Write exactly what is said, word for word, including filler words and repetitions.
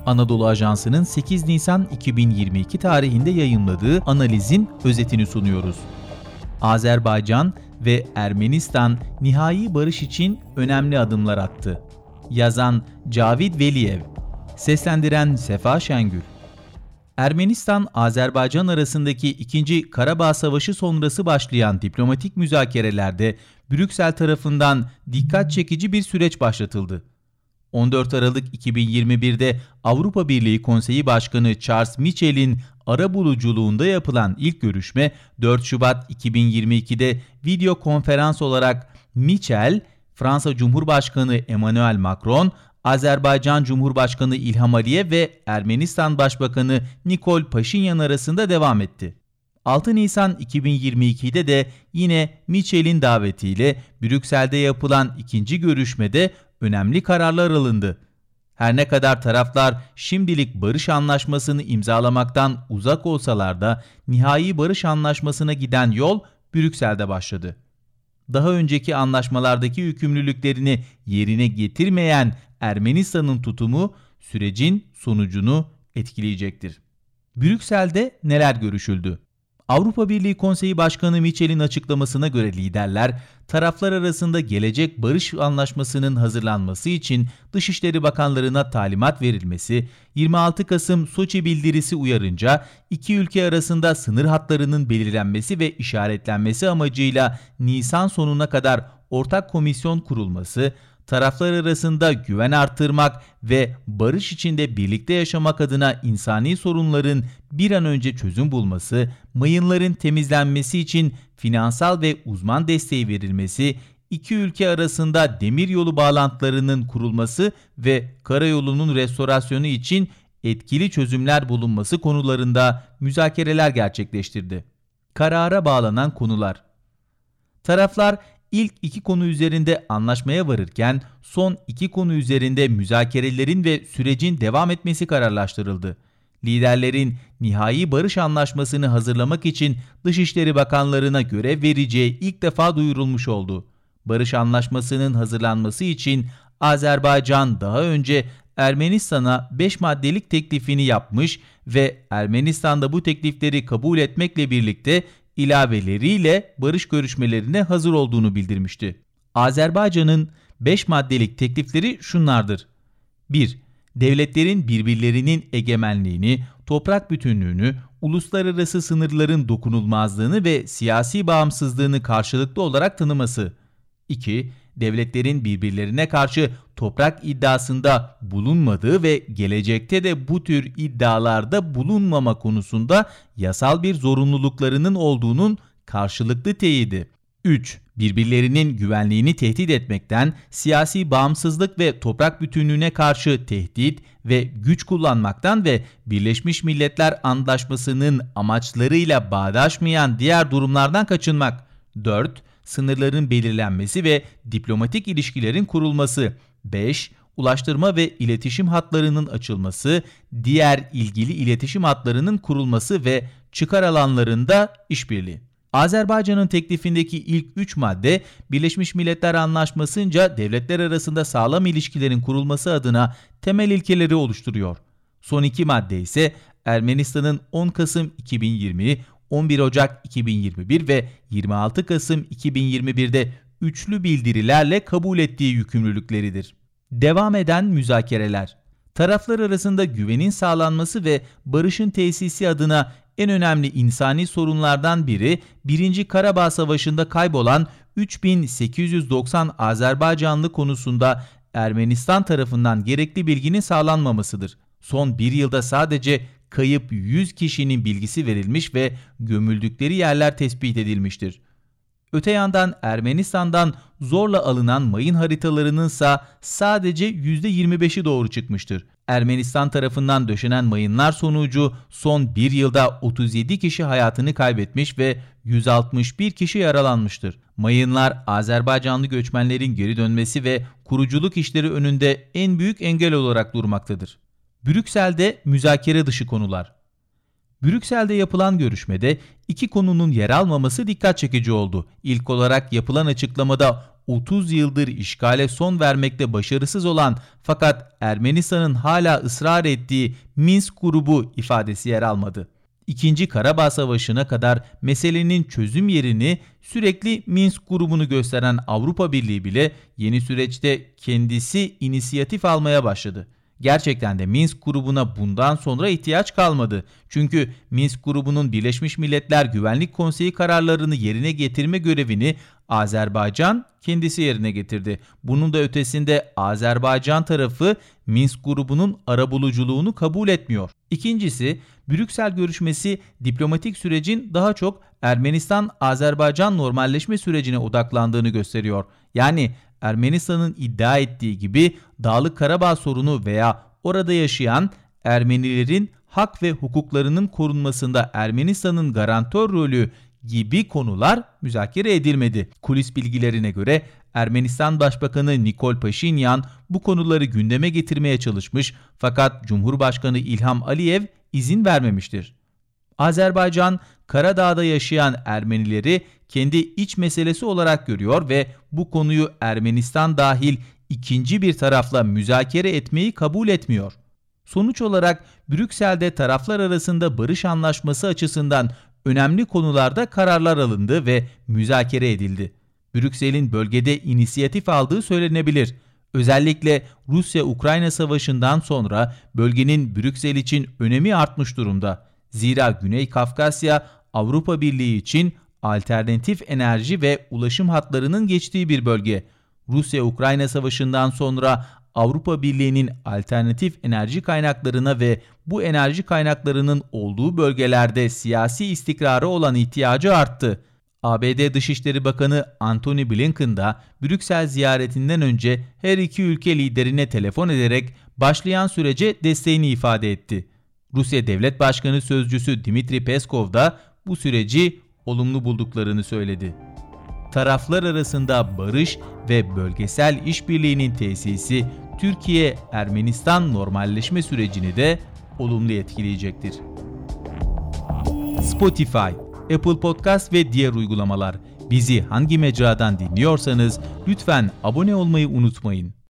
Anadolu Ajansı'nın sekiz Nisan iki bin yirmi iki tarihinde yayımladığı analizin özetini sunuyoruz. Azerbaycan ve Ermenistan nihai barış için önemli adımlar attı. Yazan Cavid Veliyev, seslendiren Sefa Şengül. Ermenistan-Azerbaycan arasındaki ikinci Karabağ Savaşı sonrası başlayan diplomatik müzakerelerde Brüksel tarafından dikkat çekici bir süreç başlatıldı. on dört Aralık iki bin yirmi bir'de Avrupa Birliği Konseyi Başkanı Charles Michel'in arabuluculuğunda yapılan ilk görüşme dört Şubat iki bin yirmi iki'de video konferans olarak Michel, Fransa Cumhurbaşkanı Emmanuel Macron, Azerbaycan Cumhurbaşkanı İlham Aliyev ve Ermenistan Başbakanı Nikol Paşinyan arasında devam etti. altı Nisan iki bin yirmi iki'de de yine Michel'in davetiyle Brüksel'de yapılan ikinci görüşmede önemli kararlar alındı. Her ne kadar taraflar şimdilik barış anlaşmasını imzalamaktan uzak olsalar da nihai barış anlaşmasına giden yol Brüksel'de başladı. Daha önceki anlaşmalardaki yükümlülüklerini yerine getirmeyen Ermenistan'ın tutumu sürecin sonucunu etkileyecektir. Brüksel'de neler görüşüldü? Avrupa Birliği Konseyi Başkanı Michel'in açıklamasına göre liderler, taraflar arasında gelecek barış anlaşmasının hazırlanması için Dışişleri Bakanlarına talimat verilmesi, yirmi altı Kasım Soçi bildirisi uyarınca iki ülke arasında sınır hatlarının belirlenmesi ve işaretlenmesi amacıyla Nisan sonuna kadar ortak komisyon kurulması, taraflar arasında güven artırmak ve barış içinde birlikte yaşamak adına insani sorunların bir an önce çözüm bulması, mayınların temizlenmesi için finansal ve uzman desteği verilmesi, iki ülke arasında demiryolu bağlantılarının kurulması ve karayolunun restorasyonu için etkili çözümler bulunması konularında müzakereler gerçekleştirdi. Karara bağlanan konular. Taraflar İlk iki konu üzerinde anlaşmaya varırken son iki konu üzerinde müzakerelerin ve sürecin devam etmesi kararlaştırıldı. Liderlerin nihai barış anlaşmasını hazırlamak için Dışişleri Bakanlarına görev vereceği ilk defa duyurulmuş oldu. Barış anlaşmasının hazırlanması için Azerbaycan daha önce Ermenistan'a beş maddelik teklifini yapmış ve Ermenistan da bu teklifleri kabul etmekle birlikte ilaveleriyle barış görüşmelerine hazır olduğunu bildirmişti. Azerbaycan'ın beş maddelik teklifleri şunlardır. bir Devletlerin birbirlerinin egemenliğini, toprak bütünlüğünü, uluslararası sınırların dokunulmazlığını ve siyasi bağımsızlığını karşılıklı olarak tanıması. iki Devletlerin birbirlerine karşı toprak iddiasında bulunmadığı ve gelecekte de bu tür iddialarda bulunmama konusunda yasal bir zorunluluklarının olduğunun karşılıklı teyidi. üç Birbirlerinin güvenliğini tehdit etmekten, siyasi bağımsızlık ve toprak bütünlüğüne karşı tehdit ve güç kullanmaktan ve Birleşmiş Milletler Antlaşması'nın amaçlarıyla bağdaşmayan diğer durumlardan kaçınmak. dört Sınırların belirlenmesi ve diplomatik ilişkilerin kurulması. beş Ulaştırma ve iletişim hatlarının açılması, diğer ilgili iletişim hatlarının kurulması ve çıkar alanlarında işbirliği. Azerbaycan'ın teklifindeki ilk üç madde, Birleşmiş Milletler Antlaşması'nca devletler arasında sağlam ilişkilerin kurulması adına temel ilkeleri oluşturuyor. Son iki madde ise Ermenistan'ın on Kasım iki bin yirmi, on bir Ocak iki bin yirmi bir ve yirmi altı Kasım iki bin yirmi bir'de üçlü bildirilerle kabul ettiği yükümlülükleridir. Devam eden müzakereler. Taraflar arasında güvenin sağlanması ve barışın tesisi adına en önemli insani sorunlardan biri, birinci Karabağ Savaşı'nda kaybolan üç bin sekiz yüz doksan Azerbaycanlı konusunda Ermenistan tarafından gerekli bilginin sağlanmamasıdır. Son bir yılda sadece kayıp yüz kişinin bilgisi verilmiş ve gömüldükleri yerler tespit edilmiştir. Öte yandan Ermenistan'dan zorla alınan mayın haritalarının sadece yüzde yirmi beşi doğru çıkmıştır. Ermenistan tarafından döşenen mayınlar sonucu son bir yılda otuz yedi kişi hayatını kaybetmiş ve yüz altmış bir kişi yaralanmıştır. Mayınlar Azerbaycanlı göçmenlerin geri dönmesi ve kuruculuk işleri önünde en büyük engel olarak durmaktadır. Brüksel'de müzakere dışı konular. Brüksel'de yapılan görüşmede iki konunun yer almaması dikkat çekici oldu. İlk olarak yapılan açıklamada otuz yıldır işgale son vermekte başarısız olan fakat Ermenistan'ın hala ısrar ettiği Minsk grubu ifadesi yer almadı. İkinci Karabağ Savaşı'na kadar meselenin çözüm yerini sürekli Minsk grubunu gösteren Avrupa Birliği bile yeni süreçte kendisi inisiyatif almaya başladı. Gerçekten de Minsk grubuna bundan sonra ihtiyaç kalmadı. Çünkü Minsk grubunun Birleşmiş Milletler Güvenlik Konseyi kararlarını yerine getirme görevini Azerbaycan kendisi yerine getirdi. Bunun da ötesinde Azerbaycan tarafı Minsk grubunun arabuluculuğunu kabul etmiyor. İkincisi, Brüksel görüşmesi diplomatik sürecin daha çok Ermenistan-Azerbaycan normalleşme sürecine odaklandığını gösteriyor. Yani Ermenistan'ın iddia ettiği gibi Dağlık Karabağ sorunu veya orada yaşayan Ermenilerin hak ve hukuklarının korunmasında Ermenistan'ın garantör rolü gibi konular müzakere edilmedi. Kulis bilgilerine göre Ermenistan Başbakanı Nikol Paşinyan bu konuları gündeme getirmeye çalışmış fakat Cumhurbaşkanı İlham Aliyev izin vermemiştir. Azerbaycan, Karadağ'da yaşayan Ermenileri kendi iç meselesi olarak görüyor ve bu konuyu Ermenistan dahil ikinci bir tarafla müzakere etmeyi kabul etmiyor. Sonuç olarak Brüksel'de taraflar arasında barış anlaşması açısından önemli konularda kararlar alındı ve müzakere edildi. Brüksel'in bölgede inisiyatif aldığı söylenebilir. Özellikle Rusya-Ukrayna savaşından sonra bölgenin Brüksel için önemi artmış durumda. Zira Güney Kafkasya Avrupa Birliği için alternatif enerji ve ulaşım hatlarının geçtiği bir bölge. Rusya-Ukrayna savaşından sonra Avrupa Birliği'nin alternatif enerji kaynaklarına ve bu enerji kaynaklarının olduğu bölgelerde siyasi istikrara olan ihtiyacı arttı. A B D Dışişleri Bakanı Antony Blinken da Brüksel ziyaretinden önce her iki ülke liderine telefon ederek başlayan sürece desteğini ifade etti. Rusya Devlet Başkanı Sözcüsü Dmitri Peskov da bu süreci olumlu bulduklarını söyledi. Taraflar arasında barış ve bölgesel işbirliğinin tesisi Türkiye-Ermenistan normalleşme sürecini de olumlu etkileyecektir. Spotify, Apple Podcast ve diğer uygulamalar. Bizi hangi mecradan dinliyorsanız lütfen abone olmayı unutmayın.